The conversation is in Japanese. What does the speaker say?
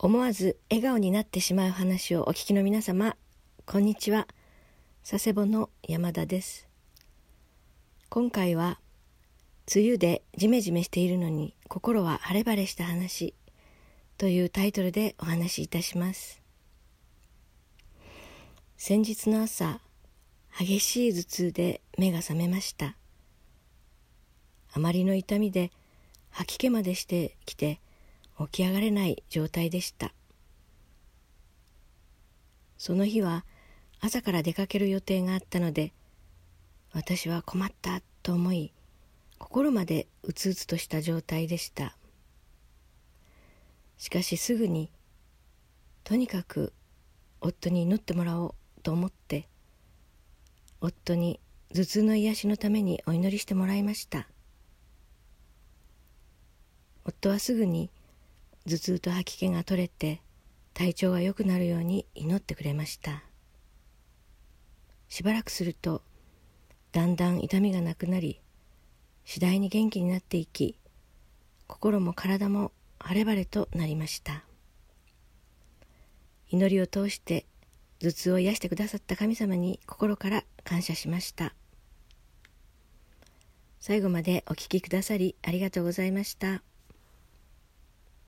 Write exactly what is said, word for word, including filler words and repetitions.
思わず笑顔になってしまう話をお聞きの皆様、こんにちは。佐世保の山田です。今回は梅雨でジメジメしているのに心は晴れ晴れした話というタイトルでお話しいたします。先日の朝、激しい頭痛で目が覚めました。あまりの痛みで吐き気までしてきて起き上がれない状態でした。その日は朝から出かける予定があったので、私は困ったと思い、心までうつうつとした状態でした。しかしすぐに、とにかく夫に祈ってもらおうと思って、夫に頭痛の癒しのためにお祈りしてもらいました。夫はすぐに頭痛と吐き気が取れて体調が良くなるように祈ってくれました。しばらくするとだんだん痛みがなくなり、次第に元気になっていき、心も体も晴れ晴れとなりました。祈りを通して頭痛を癒してくださった神様に心から感謝しました。最後までお聞きくださりありがとうございました。